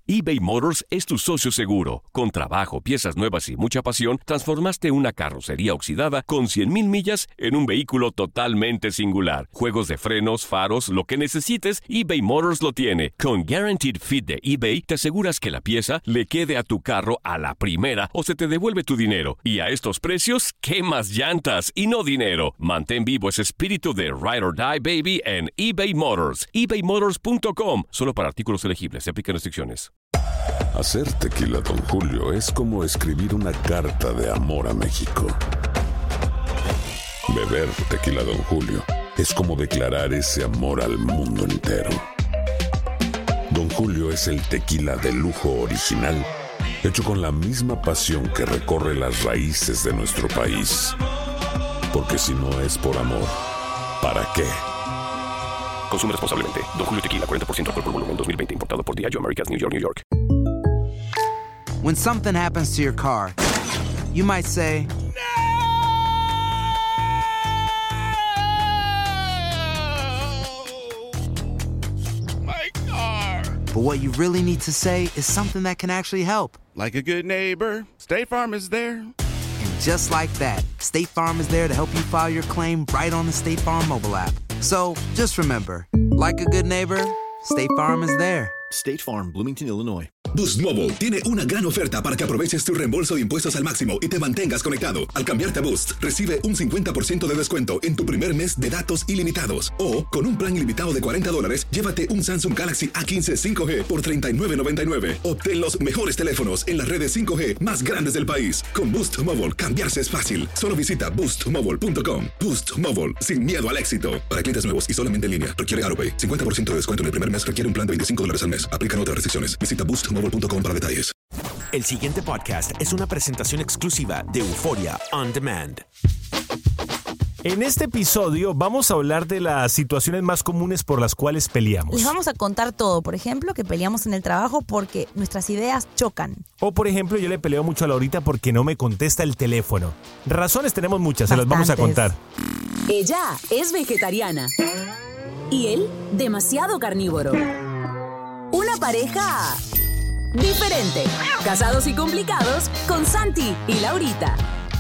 eBay Motors es tu socio seguro. Con trabajo, piezas nuevas y mucha pasión, transformaste una carrocería oxidada con 100,000 millas en un vehículo totalmente singular. Juegos de frenos, faros, lo que necesites, eBay Motors lo tiene. Con Guaranteed Fit de eBay, te aseguras que la pieza le quede a tu carro a la primera o se te devuelve tu dinero. Y a estos precios, ¿qué más llantas y no dinero? Mantén vivo ese espíritu de Ride or Die, baby, en eBay Motors. ebaymotors.com. Solo para artículos elegibles. Se aplican restricciones. Hacer tequila Don Julio es como escribir una carta de amor a México. Beber tequila Don Julio es como declarar ese amor al mundo entero. Don Julio es el tequila de lujo original, hecho con la misma pasión que recorre las raíces de nuestro país. Porque si no es por amor, ¿para qué? Consume responsablemente. Don Julio Tequila, 40% alcohol por volumen, 2020. Importado por Diageo Americas, New York, New York. When something happens to your car, you might say, My car! but what you really need to say is something that can actually help. Like a good neighbor, State Farm is there. And just like that, State Farm is there to help you file your claim right on the State Farm mobile app. So just remember, like a good neighbor, State Farm is there. State Farm, Bloomington, Illinois. Boost Mobile tiene una gran oferta para que aproveches tu reembolso de impuestos al máximo y te mantengas conectado. Al cambiarte a Boost, recibe un 50% de descuento en tu primer mes de datos ilimitados. O, con un plan ilimitado de $40, llévate un Samsung Galaxy A15 5G por $39.99. Obtén los mejores teléfonos en las redes 5G más grandes del país. Con Boost Mobile, cambiarse es fácil. Solo visita boostmobile.com. Boost Mobile, sin miedo al éxito. Para clientes nuevos y solamente en línea, requiere AutoPay. 50% de descuento en el primer mes requiere un plan de $25 al mes. Aplican otras restricciones. Visita boostmobile.com para detalles. El siguiente podcast es una presentación exclusiva de Euphoria On Demand. En este episodio vamos a hablar de las situaciones más comunes por las cuales peleamos. Les vamos a contar todo. Por ejemplo, que peleamos en el trabajo porque nuestras ideas chocan. O por ejemplo, yo le peleo mucho a Laurita porque no me contesta el teléfono. Razones tenemos muchas, se las vamos a contar. Ella es vegetariana y él demasiado carnívoro. Una pareja diferente. Casados y complicados con Santi y Laurita.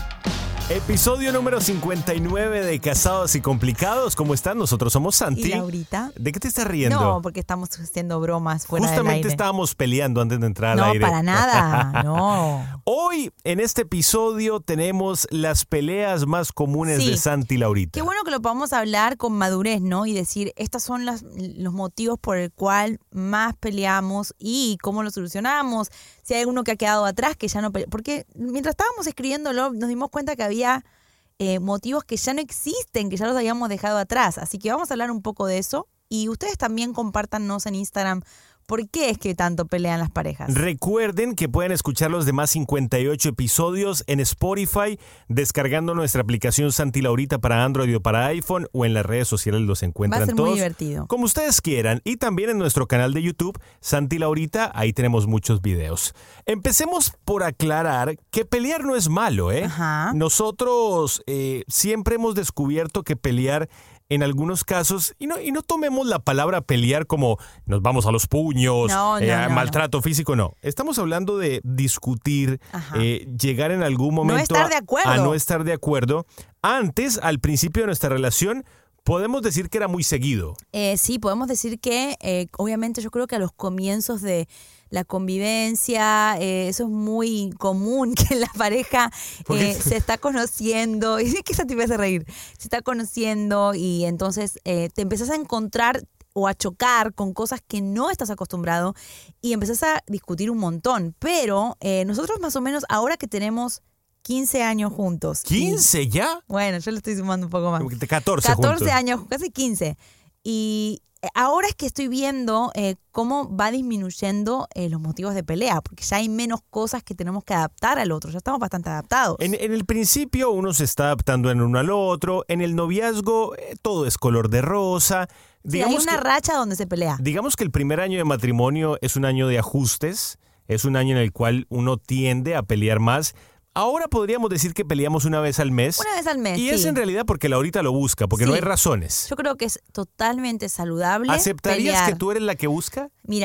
Episodio número 59 de Casados y Complicados. ¿Cómo están? Nosotros somos Santi. ¿Y Laurita? ¿De qué te estás riendo? No, porque estamos haciendo bromas fuera del aire. Justamente estábamos peleando antes de entrar al aire. No, para nada, no. Hoy, en este episodio, tenemos las peleas más comunes de Santi y Laurita. Qué bueno que lo podamos hablar con madurez, ¿no? Y decir, estos son los motivos por el cual más peleamos y cómo lo solucionamos. Si hay alguno que ha quedado atrás, que ya no pelea. Porque mientras estábamos escribiéndolo, nos dimos cuenta que había motivos que ya no existen, que ya los habíamos dejado atrás. Así que vamos a hablar un poco de eso. Y ustedes también compártanos en Instagram por qué es que tanto pelean las parejas. Recuerden que pueden escuchar los demás 58 episodios en Spotify, descargando nuestra aplicación Santi y Laurita para Android o para iPhone, o en las redes sociales los encuentran todos. Va a ser todos muy divertido. como ustedes quieran. Y también en nuestro canal de YouTube, Santi y Laurita, ahí tenemos muchos videos. Empecemos por aclarar que pelear no es malo, ¿eh? Ajá. Nosotros siempre hemos descubierto que pelear en algunos casos, y no tomemos la palabra pelear como nos vamos a los puños, maltrato físico, no. Estamos hablando de discutir, llegar en algún momento a no estar de acuerdo. Antes, al principio de nuestra relación, podemos decir que era muy seguido. Sí, podemos decir que, obviamente, yo creo que a los comienzos de la convivencia, eso es muy común, que la pareja se está conociendo, y es que esa te hace reír, se está conociendo y entonces te empezás a encontrar o a chocar con cosas que no estás acostumbrado y empezás a discutir un montón. Pero nosotros más o menos, ahora que tenemos 15 años juntos. ¿15 ya? Bueno, yo le estoy sumando un poco más. 14 juntos. Años, casi 15. Y ahora es que estoy viendo cómo va disminuyendo los motivos de pelea, porque ya hay menos cosas que tenemos que adaptar al otro, ya estamos bastante adaptados. En el principio uno se está adaptando en uno al otro, en el noviazgo todo es color de rosa. Sí, hay una racha donde se pelea. Digamos que el primer año de matrimonio es un año de ajustes, es un año en el cual uno tiende a pelear más. Ahora podríamos decir que peleamos una vez al mes. Una vez al mes, Y es en realidad porque Laurita lo busca, porque no hay razones. Yo creo que es totalmente saludable. ¿Aceptarías pelear. que tú eres la que busca? Mira,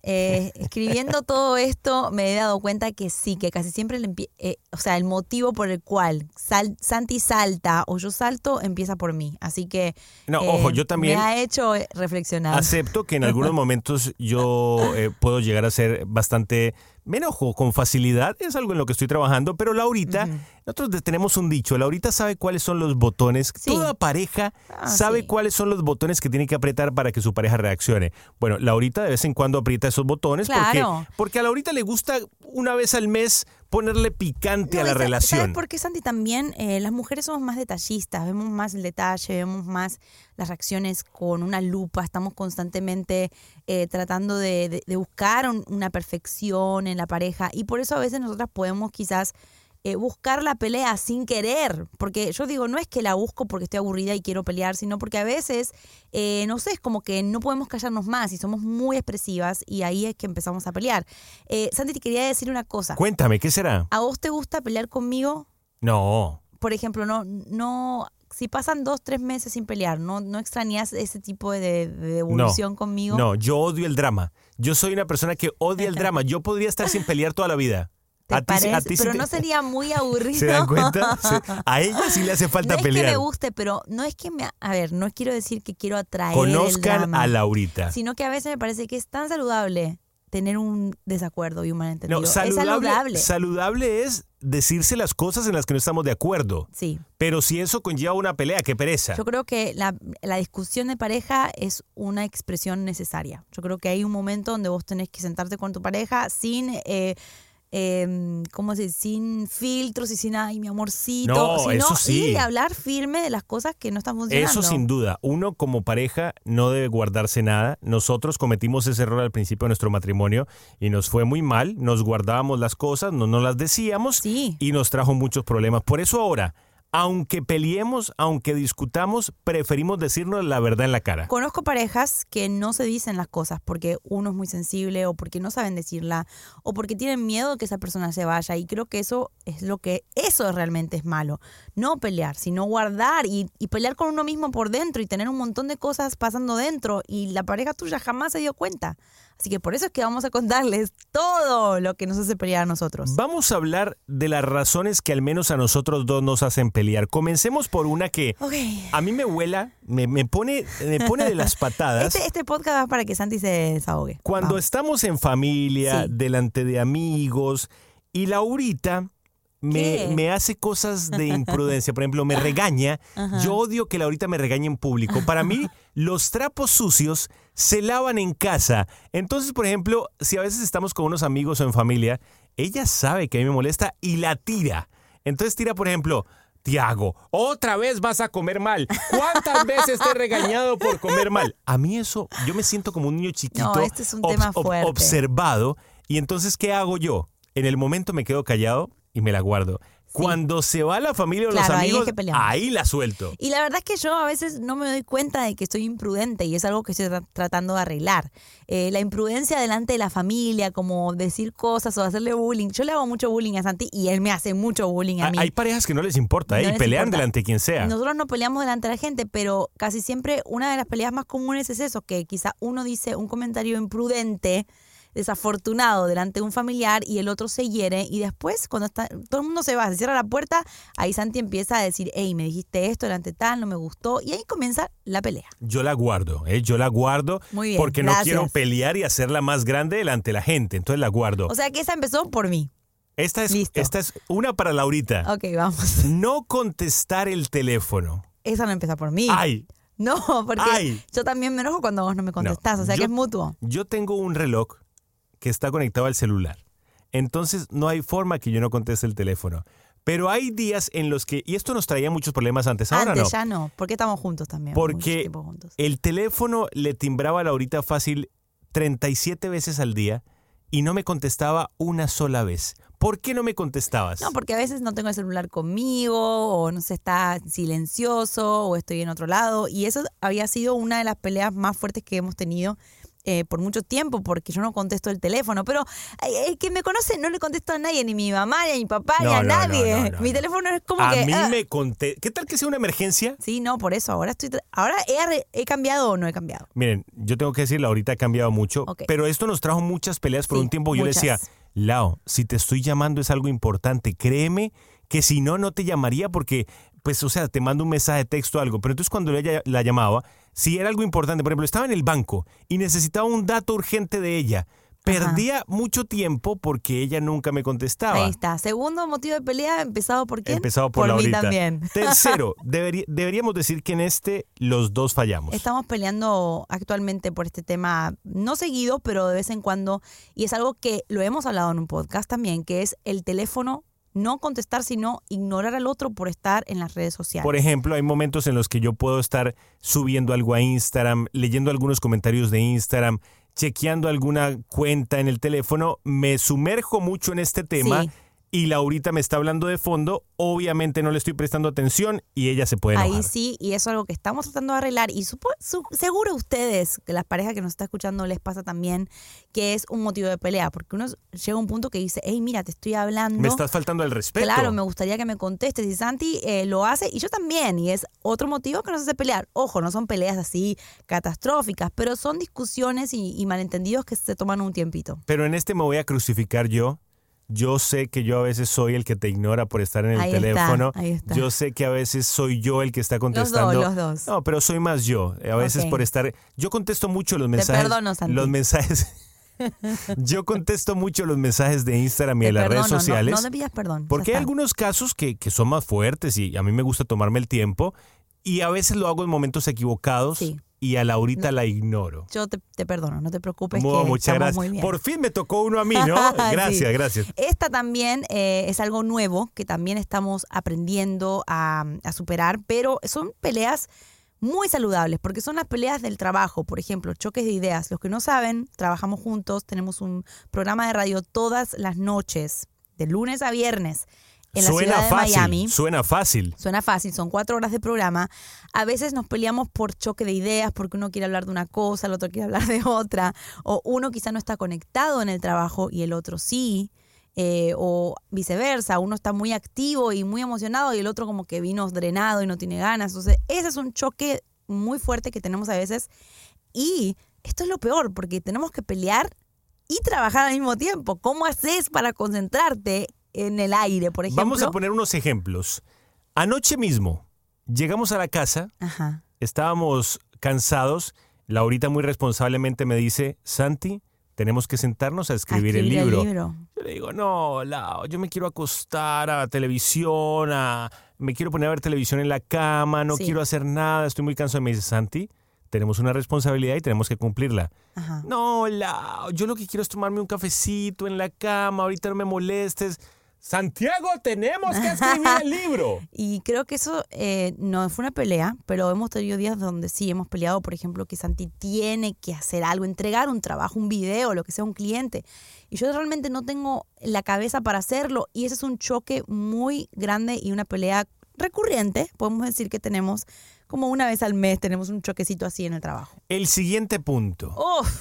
escribiendo todo esto me he dado cuenta que sí, que casi siempre el motivo por el cual Santi salta o yo salto empieza por mí. Así que ojo, yo también me ha hecho reflexionar. Acepto que en algunos momentos yo puedo llegar a ser bastante... Me enojo con facilidad, es algo en lo que estoy trabajando, pero Laurita, nosotros tenemos un dicho, Laurita sabe cuáles son los botones, toda pareja sabe cuáles son los botones que tiene que apretar para que su pareja reaccione. Bueno, Laurita de vez en cuando aprieta esos botones porque a Laurita le gusta una vez al mes ponerle picante a la relación. ¿Sabes por qué, Santi? También las mujeres somos más detallistas, vemos más el detalle, vemos más las reacciones con una lupa, estamos constantemente tratando de buscar una perfección en la pareja y por eso a veces nosotras podemos quizás buscar la pelea sin querer, porque yo digo, no es que la busco porque estoy aburrida y quiero pelear, sino porque a veces, no sé, es como que no podemos callarnos más y somos muy expresivas y ahí es que empezamos a pelear. Santi, te quería decir una cosa. Cuéntame, ¿qué será? ¿A vos te gusta pelear conmigo? No. Por ejemplo, no si pasan 2-3 meses sin pelear, ¿no extrañas ese tipo de evolución conmigo? No, yo odio el drama. Yo soy una persona que odia el drama. Yo podría estar sin pelear toda la vida. ¿Te parece? Pero no sería muy aburrido. ¿Se dan cuenta? Sí. A ella sí le hace falta pelear. No es que me guste, pero no es que no quiero decir que quiero atraer Conozcan el drama, a Laurita. Sino que a veces me parece que es tan saludable tener un desacuerdo y un malentendido. No, saludable es decirse las cosas en las que no estamos de acuerdo. Sí. Pero si eso conlleva una pelea, qué pereza. Yo creo que la discusión de pareja es una expresión necesaria. Yo creo que hay un momento donde vos tenés que sentarte con tu pareja sin... ¿cómo se dice? Sin filtros y sin, ay, mi amorcito. No, sino eso sí. ir a hablar firme de las cosas que no están funcionando. Eso sin duda. Uno como pareja no debe guardarse nada. Nosotros cometimos ese error al principio de nuestro matrimonio y nos fue muy mal. Nos guardábamos las cosas, no nos las decíamos y nos trajo muchos problemas. Por eso ahora, aunque peleemos, aunque discutamos, preferimos decirnos la verdad en la cara. Conozco parejas que no se dicen las cosas porque uno es muy sensible o porque no saben decirla o porque tienen miedo de que esa persona se vaya y creo que eso realmente es malo. No pelear, sino guardar y pelear con uno mismo por dentro y tener un montón de cosas pasando dentro y la pareja tuya jamás se dio cuenta. Así que por eso es que vamos a contarles todo lo que nos hace pelear a nosotros. Vamos a hablar de las razones que al menos a nosotros dos nos hacen pelear. Comencemos por una que a mí me vuela, me pone de las patadas. Este podcast va para que Santi se desahogue. Cuando estamos en familia, delante de amigos, y Laurita me hace cosas de imprudencia. Por ejemplo, me regaña. Yo odio que Laurita me regañe en público. Para mí, los trapos sucios se lavan en casa. Entonces, por ejemplo, si a veces estamos con unos amigos o en familia, ella sabe que a mí me molesta y la tira. Entonces tira, por ejemplo, Tiago, otra vez vas a comer mal. ¿Cuántas veces te he regañado por comer mal? A mí eso, yo me siento como un niño chiquito. No, este es un tema fuerte. Observado. Y entonces, ¿qué hago yo? En el momento me quedo callado y me la guardo. Cuando se va la familia o los amigos, ahí la suelto. Y la verdad es que yo a veces no me doy cuenta de que estoy imprudente y es algo que estoy tratando de arreglar. La imprudencia delante de la familia, como decir cosas o hacerle bullying. Yo le hago mucho bullying a Santi y él me hace mucho bullying a mí. Hay parejas que no les importa y pelean delante de quien sea. Nosotros no peleamos delante de la gente, pero casi siempre una de las peleas más comunes es eso, que quizá uno dice un comentario imprudente, desafortunado delante de un familiar y el otro se hiere y después cuando todo el mundo se va, se cierra la puerta, ahí Santi empieza a decir, hey, me dijiste esto delante tal, no me gustó y ahí comienza la pelea. Yo la guardo, muy bien, porque gracias. No quiero pelear y hacerla más grande delante de la gente, entonces la guardo. O sea que esa empezó por mí. Esta es una para Laurita. Ok, vamos. No contestar el teléfono. Esa no empieza por mí. Ay. No, porque yo también me enojo cuando vos no me contestás, o sea que es mutuo. Yo tengo un reloj que está conectado al celular. Entonces no hay forma que yo no conteste el teléfono. Pero hay días en los que, y esto nos traía muchos problemas antes, ahora no. Antes ya no, porque estamos juntos también. Porque el teléfono le timbraba a Laurita fácil 37 veces al día y no me contestaba una sola vez. ¿Por qué no me contestabas? No, porque a veces no tengo el celular conmigo, o no sé, está silencioso, o estoy en otro lado. Y eso había sido una de las peleas más fuertes que hemos tenido por mucho tiempo porque yo no contesto el teléfono, pero el que me conoce no le contesto a nadie, ni a mi mamá, ni a mi papá, ni a nadie. Mi teléfono es como a que... mí me conté. ¿Qué tal que sea una emergencia? Sí, no, por eso. Ahora he cambiado o no he cambiado. Miren, yo tengo que decirlo, ahorita ha cambiado mucho, pero esto nos trajo muchas peleas por un tiempo. Yo le decía, Lau, si te estoy llamando es algo importante, créeme que si no te llamaría porque, pues, o sea, te mando un mensaje de texto o algo. Pero entonces cuando ella la llamaba, si era algo importante, por ejemplo, estaba en el banco y necesitaba un dato urgente de ella, perdía mucho tiempo porque ella nunca me contestaba. Ahí está. Segundo motivo de pelea, empezado por ¿quién? Empezado por mí Laurita. también. Tercero, deberíamos decir que en los dos fallamos. Estamos peleando actualmente por este tema, no seguido, pero de vez en cuando, y es algo que lo hemos hablado en un podcast también, que es el teléfono. No contestar, sino ignorar al otro por estar en las redes sociales. Por ejemplo, hay momentos en los que yo puedo estar subiendo algo a Instagram, leyendo algunos comentarios de Instagram, chequeando alguna cuenta en el teléfono, me sumerjo mucho en este tema y Laurita me está hablando de fondo, obviamente no le estoy prestando atención y ella se puede enojar. Ahí sí, y eso es algo que estamos tratando de arreglar y seguro a ustedes, que las parejas que nos está escuchando les pasa también, que es un motivo de pelea, porque uno llega a un punto que dice, hey, mira, te estoy hablando. Me estás faltando el respeto. Claro, me gustaría que me contestes y Santi lo hace y yo también, y es otro motivo que nos hace pelear. Ojo, no son peleas así catastróficas, pero son discusiones y malentendidos que se toman un tiempito. Pero en este me voy a crucificar yo. Yo sé que yo a veces soy el que te ignora por estar en el teléfono. Ahí está. Yo sé que a veces soy yo el que está contestando. Los dos. No, pero soy más yo. A veces por estar... Yo contesto mucho los mensajes. Te perdono, Santi. Los mensajes... Yo contesto mucho los mensajes de Instagram y de las redes sociales. No te pidas perdón. Porque hay algunos casos que son más fuertes y a mí me gusta tomarme el tiempo. Y a veces lo hago en momentos equivocados. Sí. Y a Laurita la ignoro. Yo te perdono, no te preocupes. Muchas gracias. Muy bien. Por fin me tocó uno a mí, ¿no? Gracias, gracias. Esta también es algo nuevo que también estamos aprendiendo a superar, pero son peleas muy saludables, porque son las peleas del trabajo, por ejemplo, choques de ideas. Los que no saben, trabajamos juntos, tenemos un programa de radio todas las noches, de lunes a viernes. En la ciudad de Miami. Suena fácil. Suena fácil, son 4 horas de programa. A veces nos peleamos por choque de ideas, porque uno quiere hablar de una cosa, el otro quiere hablar de otra, o uno quizá no está conectado en el trabajo y el otro sí, o viceversa, uno está muy activo y muy emocionado y el otro como que vino drenado y no tiene ganas. Entonces, ese es un choque muy fuerte que tenemos a veces y esto es lo peor, porque tenemos que pelear y trabajar al mismo tiempo. ¿Cómo haces para concentrarte en el aire, por ejemplo? Vamos a poner unos ejemplos. Anoche mismo llegamos a la casa, estábamos cansados, Laurita muy responsablemente me dice, Santi, tenemos que sentarnos a escribir el libro. Yo le digo, no, Lau, yo me quiero acostar a la televisión, me quiero poner a ver televisión en la cama, no quiero hacer nada, estoy muy cansado. Y me dice, Santi, tenemos una responsabilidad y tenemos que cumplirla. No, Lau, yo lo que quiero es tomarme un cafecito en la cama, ahorita no me molestes. Santiago, tenemos que escribir el libro. Y creo que eso no fue una pelea, pero hemos tenido días donde sí hemos peleado, por ejemplo, que Santi tiene que hacer algo, entregar un trabajo, un video, lo que sea, un cliente. Y yo realmente no tengo la cabeza para hacerlo. Y ese es un choque muy grande y una pelea recurrente. Podemos decir que tenemos como una vez al mes, tenemos un choquecito así en el trabajo. El siguiente punto.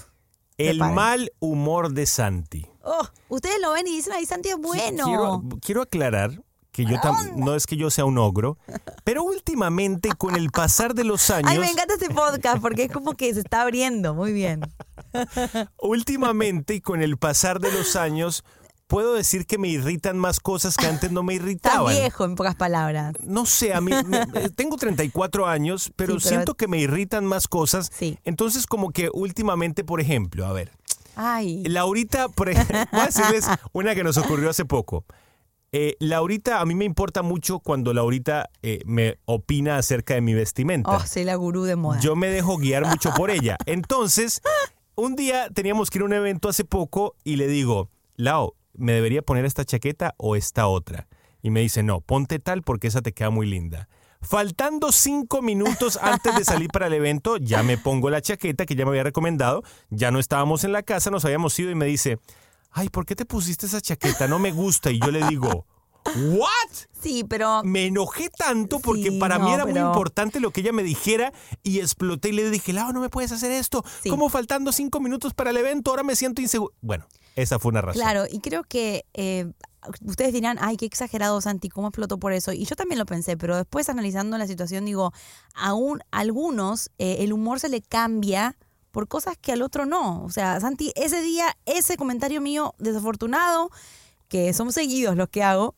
El mal humor de Santi. Ustedes lo ven y dicen, ay, Santi es bueno. Quiero aclarar que yo no es que yo sea un ogro, pero últimamente con el pasar de los años... Ay, me encanta este podcast porque es como que se está abriendo. Muy bien. Últimamente y con el pasar de los años... Puedo decir que me irritan más cosas que antes no me irritaban. Estás viejo, en pocas palabras. No sé, a mí tengo 34 años, pero siento que me irritan más cosas. Sí. Entonces, como que últimamente, por ejemplo, a ver. Ay. Laurita, voy a decirles una que nos ocurrió hace poco. Laurita, a mí me importa mucho cuando Laurita me opina acerca de mi vestimenta. Soy la gurú de moda. Yo me dejo guiar mucho por ella. Entonces, un día teníamos que ir a un evento hace poco y le digo, Lau, ¿me debería poner esta chaqueta o esta otra? Y me dice, no, ponte tal porque esa te queda muy linda. Faltando 5 minutos antes de salir para el evento, ya me pongo la chaqueta que ya me había recomendado. Ya no estábamos en la casa, nos habíamos ido y me dice, ay, ¿por qué te pusiste esa chaqueta? No me gusta. Y yo le digo, ¿What? Sí, pero... Me enojé tanto porque para mí era muy importante lo que ella me dijera y exploté y le dije, Lau, no me puedes hacer esto. Sí. ¿Cómo faltando 5 minutos para el evento? Ahora me siento inseguro. Bueno, esa fue una razón. Claro, y creo que ustedes dirán, ay, qué exagerado, Santi, ¿cómo explotó por eso? Y yo también lo pensé, pero después analizando la situación digo, a algunos el humor se le cambia por cosas que al otro no. O sea, Santi, ese día, ese comentario mío desafortunado, que son seguidos los que hago.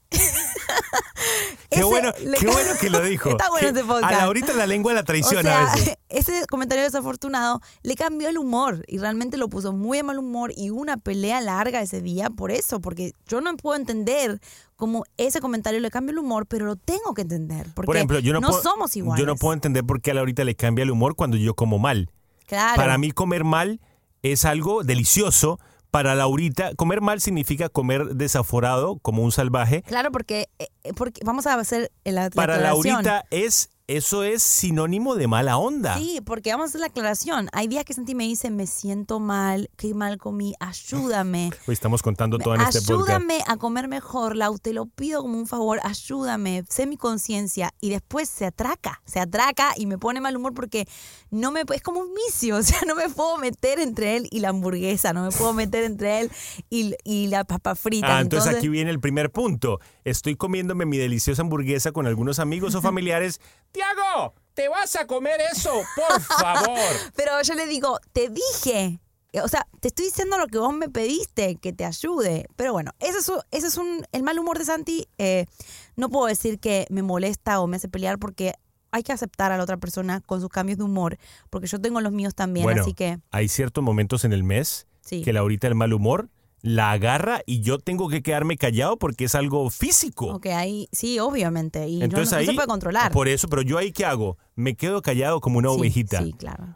Qué bueno que lo dijo. Está bueno ese podcast. A Laurita la lengua la traiciona a veces. Ese comentario desafortunado le cambió el humor y realmente lo puso muy de mal humor y hubo una pelea larga ese día por eso, porque yo no puedo entender cómo ese comentario le cambia el humor, pero lo tengo que entender, porque por ejemplo, somos iguales. Yo no puedo entender por qué a Laurita le cambia el humor cuando yo como mal. Claro. Para mí comer mal es algo delicioso. Para Laurita, comer mal significa comer desaforado, como un salvaje. Claro, porque vamos a hacer la para aclaración. Laurita eso es sinónimo de mala onda. Sí, porque vamos a hacer la aclaración. Hay días que Santi me dice, me siento mal, qué mal comí, ayúdame. Hoy estamos contando todo en este podcast. Ayúdame a comer mejor, Lau, te lo pido como un favor, ayúdame, sé mi conciencia. Y después se atraca y me pone mal humor porque es como un vicio, o sea, no me puedo meter entre él y la hamburguesa, no me puedo meter entre él y la papa frita. Entonces aquí viene el primer punto. Estoy comiéndome mi deliciosa hamburguesa con algunos amigos o familiares. ¡Tiago! ¿Te vas a comer eso? ¡Por favor! Pero yo le digo, te dije, o sea, te estoy diciendo lo que vos me pediste, que te ayude. Pero bueno, ese es el mal humor de Santi. No puedo decir que me molesta o me hace pelear porque hay que aceptar a la otra persona con sus cambios de humor, porque yo tengo los míos también, bueno, así que... Hay ciertos momentos en el mes que Laurita el mal humor la agarra y yo tengo que quedarme callado porque es algo físico. Ok, ahí sí, obviamente. Y entonces no ahí, se puede controlar. Por eso, pero yo ahí ¿qué hago? Me quedo callado como una ovejita. Sí, claro.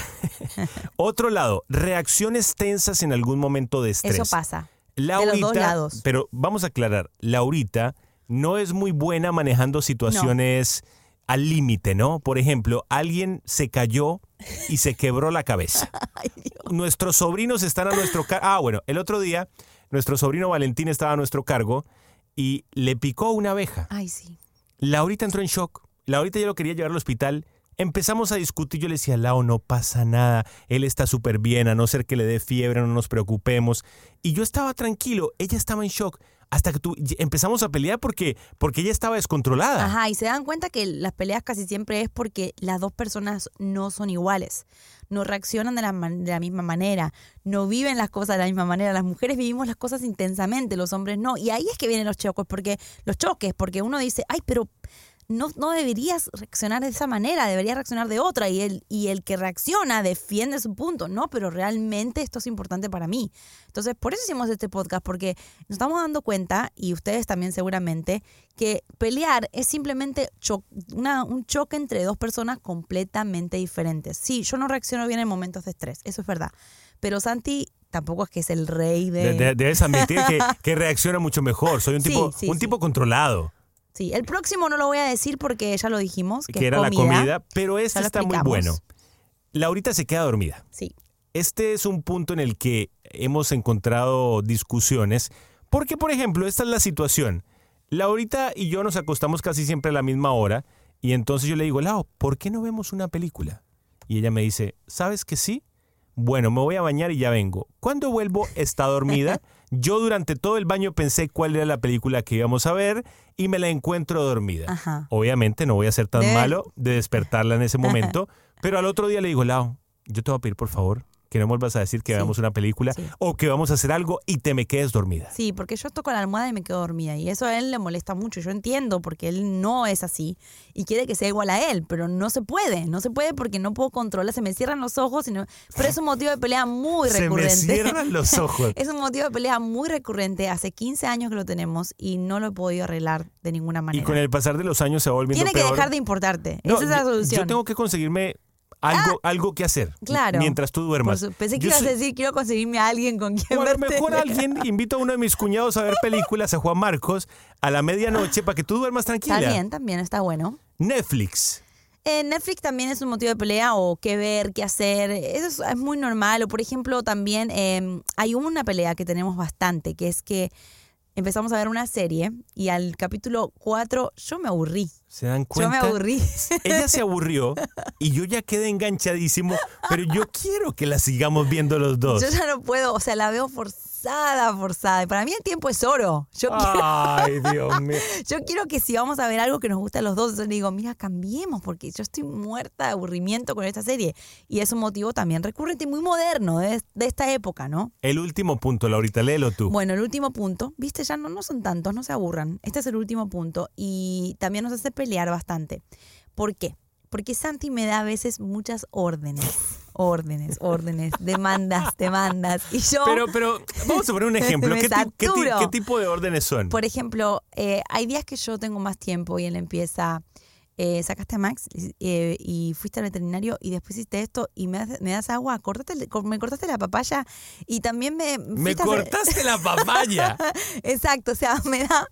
Otro lado, reacciones tensas en algún momento de estrés. Eso pasa. Laurita, de los dos lados. Pero vamos a aclarar, Laurita no es muy buena manejando situaciones al límite, ¿no? Por ejemplo, alguien se cayó y se quebró la cabeza. Ay, Dios. Nuestros sobrinos están a nuestro cargo. Bueno, el otro día nuestro sobrino Valentín estaba a nuestro cargo y le picó una abeja. Ay, sí. Laurita entró en shock. Laurita ya lo quería llevar al hospital. Empezamos a discutir. Yo le decía, Lau, no pasa nada. Él está súper bien, a no ser que le dé fiebre, no nos preocupemos. Y yo estaba tranquilo. Ella estaba en shock. Hasta que empezamos a pelear porque ella estaba descontrolada. Ajá, y se dan cuenta que las peleas casi siempre es porque las dos personas no son iguales. No reaccionan de la misma manera. No viven las cosas de la misma manera. Las mujeres vivimos las cosas intensamente, los hombres no. Y ahí es que vienen los choques, porque uno dice, ay, pero... No deberías reaccionar de esa manera, deberías reaccionar de otra. Y el que reacciona defiende su punto. No, pero realmente esto es importante para mí. Entonces, por eso hicimos este podcast, porque nos estamos dando cuenta, y ustedes también seguramente, que pelear es simplemente un choque entre dos personas completamente diferentes. Sí, yo no reacciono bien en momentos de estrés, eso es verdad. Pero Santi tampoco es que es el rey de... Debes admitir que reacciona mucho mejor. Soy un tipo controlado. Sí, el próximo no lo voy a decir porque ya lo dijimos, que era comida. La comida, pero este está muy bueno. Laurita se queda dormida. Sí. Este es un punto en el que hemos encontrado discusiones, porque, por ejemplo, esta es la situación. Laurita y yo nos acostamos casi siempre a la misma hora, y entonces yo le digo, Lau, ¿por qué no vemos una película? Y ella me dice, ¿sabes que sí? Bueno, me voy a bañar y ya vengo. Cuando vuelvo, está dormida. Yo durante todo el baño pensé cuál era la película que íbamos a ver y me la encuentro dormida. Ajá. Obviamente no voy a ser tan malo de despertarla en ese momento, pero al otro día le digo, Lau, yo te voy a pedir por favor que no me vuelvas a decir que veamos una película o que vamos a hacer algo y te me quedes dormida. Sí, porque yo toco la almohada y me quedo dormida y eso a él le molesta mucho. Yo entiendo porque él no es así y quiere que sea igual a él, pero no se puede porque no puedo controlar, se me cierran los ojos, pero es un motivo de pelea muy recurrente. Se me cierran los ojos. Es un motivo de pelea muy recurrente, hace 15 años que lo tenemos y no lo he podido arreglar de ninguna manera. Y con el pasar de los años se va volviendo peor. Tiene que dejar de importarte, esa es la solución. Yo tengo que conseguirme algo que hacer mientras tú duermas. Pensé que ibas a decir, quiero conseguirme a alguien con quien verte. Mejor alguien, invito a uno de mis cuñados a ver películas, a Juan Marcos, a la medianoche para que tú duermas tranquila. Está bien, también está bueno. Netflix. Netflix también es un motivo de pelea o qué ver, qué hacer. Eso es muy normal. O por ejemplo también hay una pelea que tenemos bastante, que es que empezamos a ver una serie y al capítulo 4 yo me aburrí. ¿Se dan cuenta? Yo me aburrí. Ella se aburrió y yo ya quedé enganchadísimo, pero yo quiero que la sigamos viendo los dos. Yo ya no puedo, o sea, la veo forzada. Y para mí el tiempo es oro. Ay, Dios mío. Yo quiero que si vamos a ver algo que nos guste a los dos, yo le digo, mira, cambiemos, porque yo estoy muerta de aburrimiento con esta serie. Y es un motivo también recurrente y muy moderno de esta época, ¿no? El último punto, Laurita, léelo tú. Bueno, el último punto, viste, ya no son tantos, no se aburran. Este es el último punto y también nos hace pelear bastante. ¿Por qué? Porque Santi me da a veces muchas órdenes, demandas. Y yo... Pero vamos a poner un ejemplo. ¿Qué tipo de órdenes son? Por ejemplo, hay días que yo tengo más tiempo y él empieza... sacaste a Max y fuiste al veterinario y después hiciste esto y me das agua, me cortaste la papaya y también me cortaste la papaya. Exacto, o sea, me da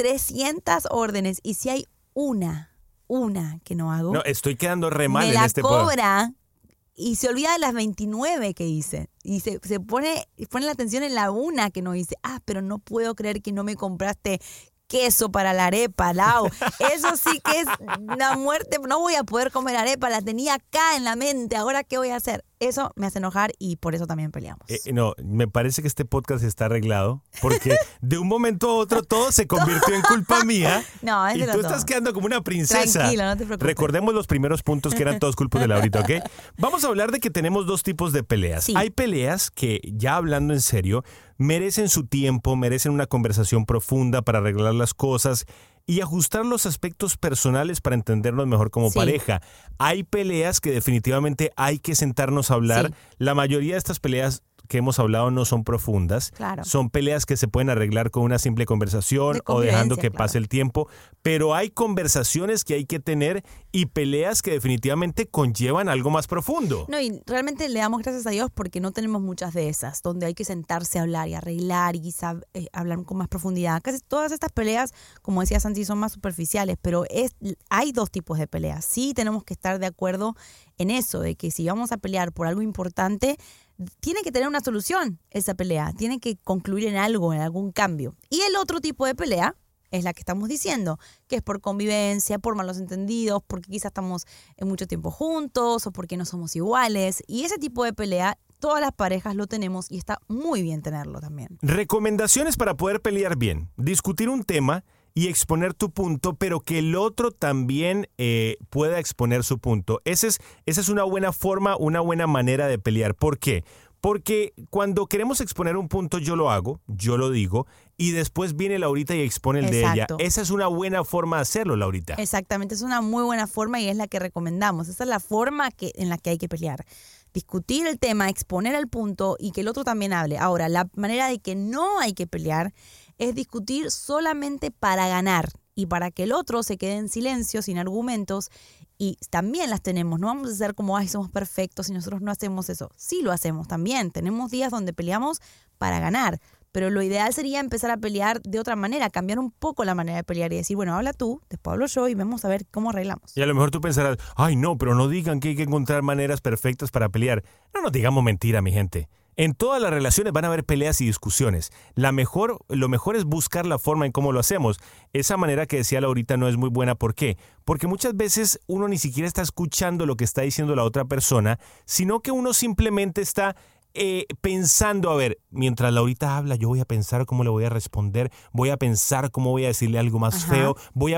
300 órdenes y si hay una que no hago, no, estoy quedando re mal en este podcast. Me la cobra y se olvida de las 29 que hice y se pone la atención en la una que no hice. Pero no puedo creer que no me compraste queso para la arepa, Lau. Eso sí que es una muerte. No voy a poder comer arepa, la tenía acá en la mente. ¿Ahora qué voy a hacer? Eso me hace enojar y por eso también peleamos. No, me parece que este podcast está arreglado porque de un momento a otro todo se convirtió en culpa mía. No, es y de tú los estás dos. quedando como una princesa. Tranquilo, no te preocupes. Recordemos los primeros puntos que eran todos culpas de Laurita, ¿ok? Vamos a hablar de que tenemos dos tipos de peleas. Sí. Hay peleas que, ya hablando en serio, merecen su tiempo, merecen una conversación profunda para arreglar las cosas y ajustar los aspectos personales para entendernos mejor como pareja. Hay peleas que definitivamente hay que sentarnos a hablar. Sí. La mayoría de estas peleas que hemos hablado no son profundas. Claro. Son peleas que se pueden arreglar con una simple conversación o dejando que pase el tiempo. Pero hay conversaciones que hay que tener y peleas que definitivamente conllevan algo más profundo. No, y realmente le damos gracias a Dios porque no tenemos muchas de esas, donde hay que sentarse a hablar y arreglar y hablar con más profundidad. Casi todas estas peleas, como decía Santi, son más superficiales, pero hay dos tipos de peleas. Sí tenemos que estar de acuerdo en eso, de que si vamos a pelear por algo importante, tiene que tener una solución esa pelea, tiene que concluir en algo, en algún cambio. Y el otro tipo de pelea es la que estamos diciendo, que es por convivencia, por malos entendidos, porque quizás estamos en mucho tiempo juntos o porque no somos iguales. Y ese tipo de pelea, todas las parejas lo tenemos y está muy bien tenerlo también. Recomendaciones para poder pelear bien. Discutir un tema y exponer tu punto, pero que el otro también pueda exponer su punto. Esa es una buena forma, una buena manera de pelear. ¿Por qué? Porque cuando queremos exponer un punto, yo lo hago, yo lo digo, y después viene Laurita y expone el de ella. Esa es una buena forma de hacerlo, Laurita. Exactamente, es una muy buena forma y es la que recomendamos. Esa es la forma en la que hay que pelear. Discutir el tema, exponer el punto y que el otro también hable. Ahora, la manera de que no hay que pelear es discutir solamente para ganar y para que el otro se quede en silencio, sin argumentos. Y también las tenemos, no vamos a ser como, ay, somos perfectos y nosotros no hacemos eso. Sí lo hacemos también, tenemos días donde peleamos para ganar, pero lo ideal sería empezar a pelear de otra manera, cambiar un poco la manera de pelear y decir, bueno, habla tú, después hablo yo y vamos a ver cómo arreglamos. Y a lo mejor tú pensarás, ay no, pero no digan que hay que encontrar maneras perfectas para pelear. No nos digamos mentira, mi gente. En todas las relaciones van a haber peleas y discusiones. Lo mejor es buscar la forma en cómo lo hacemos. Esa manera que decía Laurita no es muy buena. ¿Por qué? Porque muchas veces uno ni siquiera está escuchando lo que está diciendo la otra persona, sino que uno simplemente está pensando, a ver, mientras Laurita habla, yo voy a pensar cómo le voy a responder, voy a pensar cómo voy a decirle algo más feo.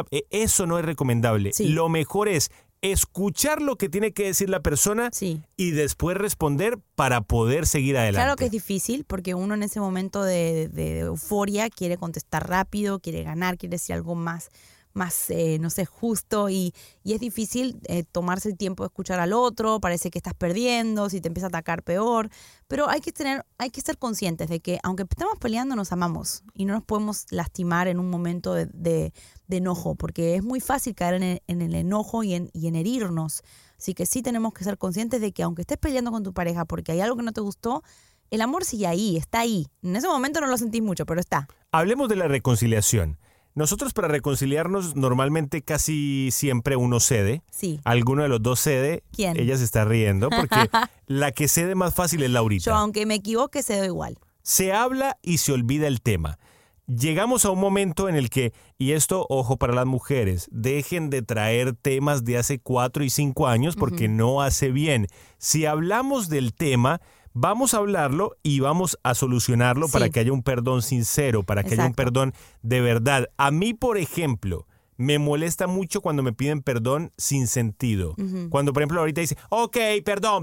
Eso no es recomendable. Sí. Lo mejor es escuchar lo que tiene que decir la persona y después responder para poder seguir adelante. Claro que es difícil porque uno en ese momento de euforia quiere contestar rápido, quiere ganar, quiere decir algo más no sé, justo y es difícil tomarse el tiempo de escuchar al otro, parece que estás perdiendo, si te empieza a atacar peor, pero hay que ser conscientes de que aunque estamos peleando nos amamos y no nos podemos lastimar en un momento de enojo, porque es muy fácil caer en el enojo y en herirnos, así que sí tenemos que ser conscientes de que aunque estés peleando con tu pareja porque hay algo que no te gustó, el amor sigue ahí, está ahí, en ese momento no lo sentís mucho, pero está. Hablemos de la reconciliación. Nosotros para reconciliarnos normalmente casi siempre uno cede. Sí. Alguno de los dos cede. ¿Quién? Ella se está riendo porque la que cede más fácil es Laurita. Yo aunque me equivoque cedo igual. Se habla y se olvida el tema. llegamos a un momento en el que, y esto, ojo para las mujeres, dejen de traer temas de hace 4 y 5 años porque no hace bien. Si hablamos del tema, vamos a hablarlo y vamos a solucionarlo para que haya un perdón sincero, para que haya un perdón de verdad. A mí, por ejemplo, me molesta mucho cuando me piden perdón sin sentido. Cuando, por ejemplo, ahorita dice, ok, perdón.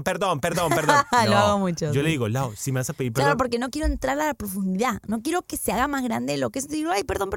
No, lo hago mucho. Yo le digo, Lau, si me vas a pedir perdón. Claro, porque no quiero entrar a la profundidad. No quiero que se haga más grande lo que es. Digo, ay, perdón.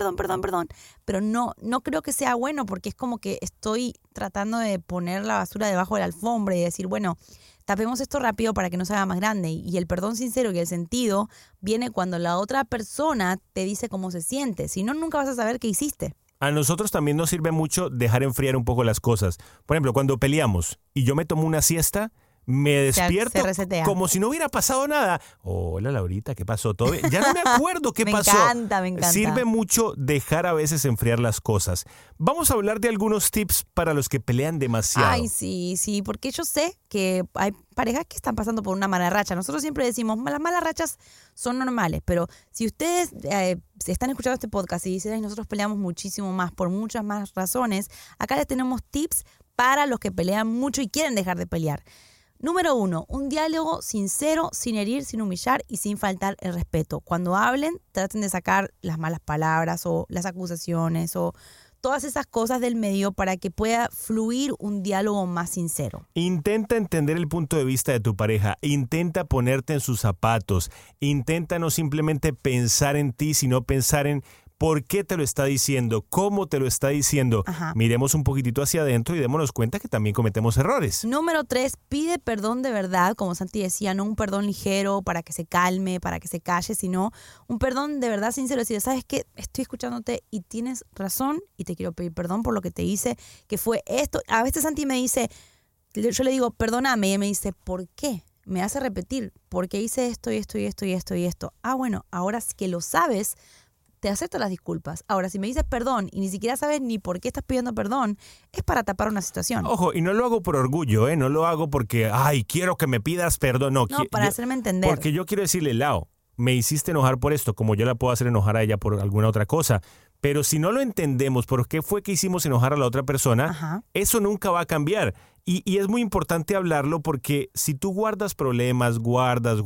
Pero no creo que sea bueno porque es como que estoy tratando de poner la basura debajo de la alfombra y decir, bueno, tapemos esto rápido para que no se haga más grande. Y el perdón sincero y el sentido viene cuando la otra persona te dice cómo se siente. Si no, nunca vas a saber qué hiciste. A nosotros también nos sirve mucho dejar enfriar un poco las cosas. Por ejemplo, cuando peleamos y yo me tomo una siesta, me despierto como si no hubiera pasado nada. Hola, Laurita, ¿qué pasó? ¿Todo bien? Ya no me acuerdo qué pasó. Me encanta. Sirve mucho dejar a veces enfriar las cosas. Vamos a hablar de algunos tips para los que pelean demasiado. Ay, sí, porque yo sé que hay parejas que están pasando por una mala racha. Nosotros siempre decimos, las malas rachas son normales, pero si ustedes están escuchando este podcast y dicen, ay, nosotros peleamos muchísimo más por muchas más razones, acá les tenemos tips para los que pelean mucho y quieren dejar de pelear. Número 1, un diálogo sincero, sin herir, sin humillar y sin faltar el respeto. Cuando hablen, traten de sacar las malas palabras o las acusaciones o todas esas cosas del medio para que pueda fluir un diálogo más sincero. Intenta entender el punto de vista de tu pareja, intenta ponerte en sus zapatos, intenta no simplemente pensar en ti, sino pensar en ¿por qué te lo está diciendo? ¿Cómo te lo está diciendo? Miremos un poquitito hacia adentro y démonos cuenta que también cometemos errores. Número 3, pide perdón de verdad, como Santi decía, no un perdón ligero para que se calme, para que se calle, sino un perdón de verdad sincero. Decir, ¿sabes qué? Estoy escuchándote y tienes razón y te quiero pedir perdón por lo que te hice, que fue esto. A veces Santi me dice, yo le digo, perdóname, y ella me dice, ¿por qué? Me hace repetir, ¿por qué hice esto y esto y esto y esto y esto? Ah, bueno, ahora que lo sabes, te acepto las disculpas. Ahora, si me dices perdón y ni siquiera sabes ni por qué estás pidiendo perdón, es para tapar una situación. Ojo, y no lo hago por orgullo, no lo hago porque, ay, quiero que me pidas perdón. No, para hacerme entender. Porque yo quiero decirle, Lau, me hiciste enojar por esto, como yo la puedo hacer enojar a ella por alguna otra cosa. Pero si no lo entendemos por qué fue que hicimos enojar a la otra persona, eso nunca va a cambiar. Y es muy importante hablarlo porque si tú guardas problemas, guardas,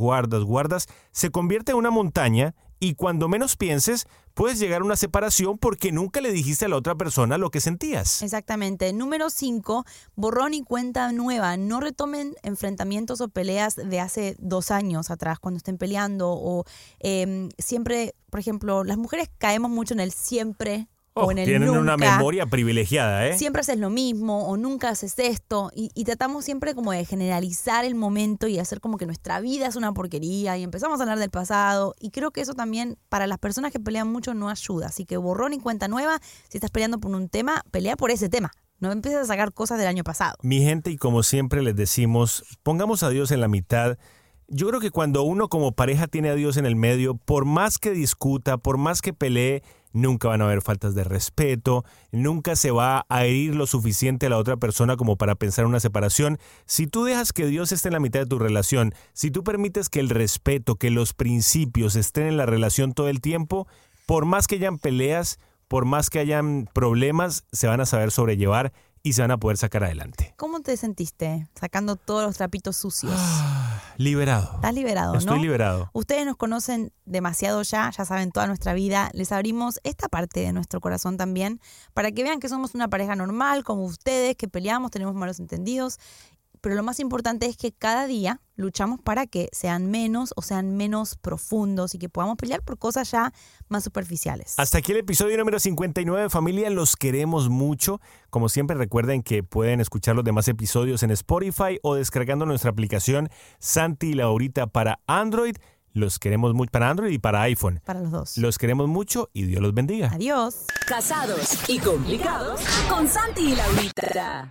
se convierte en una montaña y cuando menos pienses, puedes llegar a una separación porque nunca le dijiste a la otra persona lo que sentías. Exactamente. Número 5, borrón y cuenta nueva. No retomen enfrentamientos o peleas de hace 2 años atrás cuando estén peleando o siempre, por ejemplo, las mujeres caemos mucho en el siempre o en el tienen nunca. Una memoria privilegiada, ¿eh? Siempre haces lo mismo o nunca haces esto y tratamos siempre como de generalizar el momento y hacer como que nuestra vida es una porquería y empezamos a hablar del pasado y creo que eso también para las personas que pelean mucho no ayuda. Así que borrón y cuenta nueva. Si estás peleando por un tema, pelea por ese tema. No empieces a sacar cosas del año pasado. Mi gente, y como siempre les decimos, pongamos a Dios en la mitad. Yo creo que cuando uno como pareja tiene a Dios en el medio, por más que discuta, por más que pelee, nunca van a haber faltas de respeto, nunca se va a herir lo suficiente a la otra persona como para pensar en una separación. Si tú dejas que Dios esté en la mitad de tu relación, si tú permites que el respeto, que los principios estén en la relación todo el tiempo, por más que hayan peleas, por más que hayan problemas, se van a saber sobrellevar y se van a poder sacar adelante. ¿Cómo te sentiste sacando todos los trapitos sucios? Liberado. Estás liberado, ¿no? Estoy liberado. Ustedes nos conocen demasiado ya saben toda nuestra vida. Les abrimos esta parte de nuestro corazón también para que vean que somos una pareja normal, como ustedes, que peleamos, tenemos malos entendidos. Pero lo más importante es que cada día luchamos para que sean menos o sean menos profundos y que podamos pelear por cosas ya más superficiales. Hasta aquí el episodio número 59, familia. Los queremos mucho. Como siempre, recuerden que pueden escuchar los demás episodios en Spotify o descargando nuestra aplicación Santi y Laurita para Android. Los queremos mucho para Android y para iPhone. Para los dos. Los queremos mucho y Dios los bendiga. Adiós. Casados y complicados con Santi y Laurita.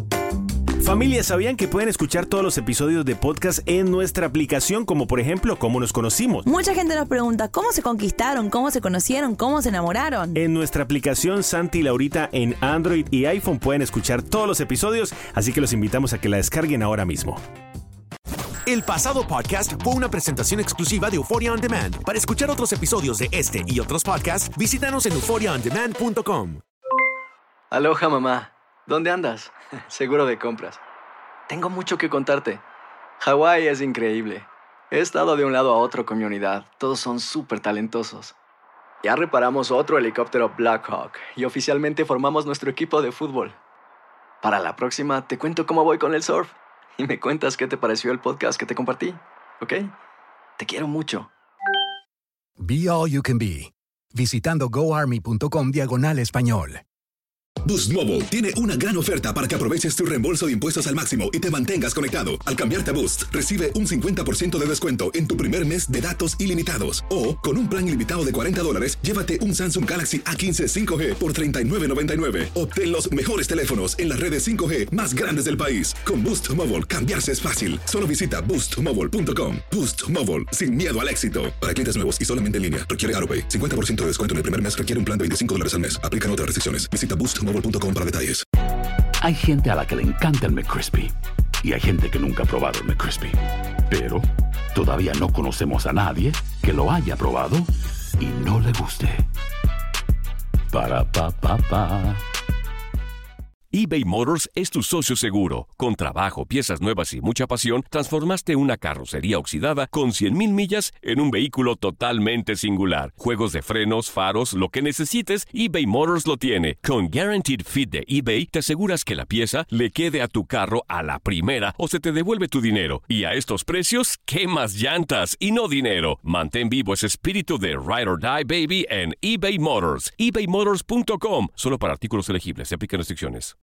Familia, ¿sabían que pueden escuchar todos los episodios de podcast en nuestra aplicación? Como por ejemplo, ¿cómo nos conocimos? Mucha gente nos pregunta, ¿cómo se conquistaron? ¿Cómo se conocieron? ¿Cómo se enamoraron? En nuestra aplicación Santi y Laurita en Android y iPhone pueden escuchar todos los episodios, así que los invitamos a que la descarguen ahora mismo. El pasado podcast fue una presentación exclusiva de Euphoria On Demand. Para escuchar otros episodios de este y otros podcasts, visítanos en euphoriaondemand.com. Aloha, mamá. ¿Dónde andas? Seguro de compras. Tengo mucho que contarte. Hawái es increíble. He estado de un lado a otro con mi unidad. Todos son súper talentosos. Ya reparamos otro helicóptero Blackhawk y oficialmente formamos nuestro equipo de fútbol. Para la próxima te cuento cómo voy con el surf y me cuentas qué te pareció el podcast que te compartí, ¿ok? Te quiero mucho. Be All You Can Be, visitando goarmy.com/español. Boost Mobile tiene una gran oferta para que aproveches tu reembolso de impuestos al máximo y te mantengas conectado. Al cambiarte a Boost, recibe un 50% de descuento en tu primer mes de datos ilimitados. O, con un plan ilimitado de $40, llévate un Samsung Galaxy A15 5G por $39.99. Obtén los mejores teléfonos en las redes 5G más grandes del país. Con Boost Mobile, cambiarse es fácil. Solo visita boostmobile.com. Boost Mobile, sin miedo al éxito. Para clientes nuevos y solamente en línea, requiere AutoPay. 50% de descuento en el primer mes requiere un plan de $25 al mes. Aplican otras restricciones. Visita boostmobile.com para detalles. Hay gente a la que le encanta el McCrispy y hay gente que nunca ha probado el McCrispy. Pero todavía no conocemos a nadie que lo haya probado y no le guste. Para pa pa pa. eBay Motors es tu socio seguro. Con trabajo, piezas nuevas y mucha pasión, transformaste una carrocería oxidada con 100,000 millas en un vehículo totalmente singular. Juegos de frenos, faros, lo que necesites, eBay Motors lo tiene. Con Guaranteed Fit de eBay, te aseguras que la pieza le quede a tu carro a la primera o se te devuelve tu dinero. Y a estos precios, ¿quemas llantas y no dinero? Mantén vivo ese espíritu de Ride or Die, baby, en eBay Motors. ebaymotors.com. Solo para artículos elegibles. Se aplican restricciones.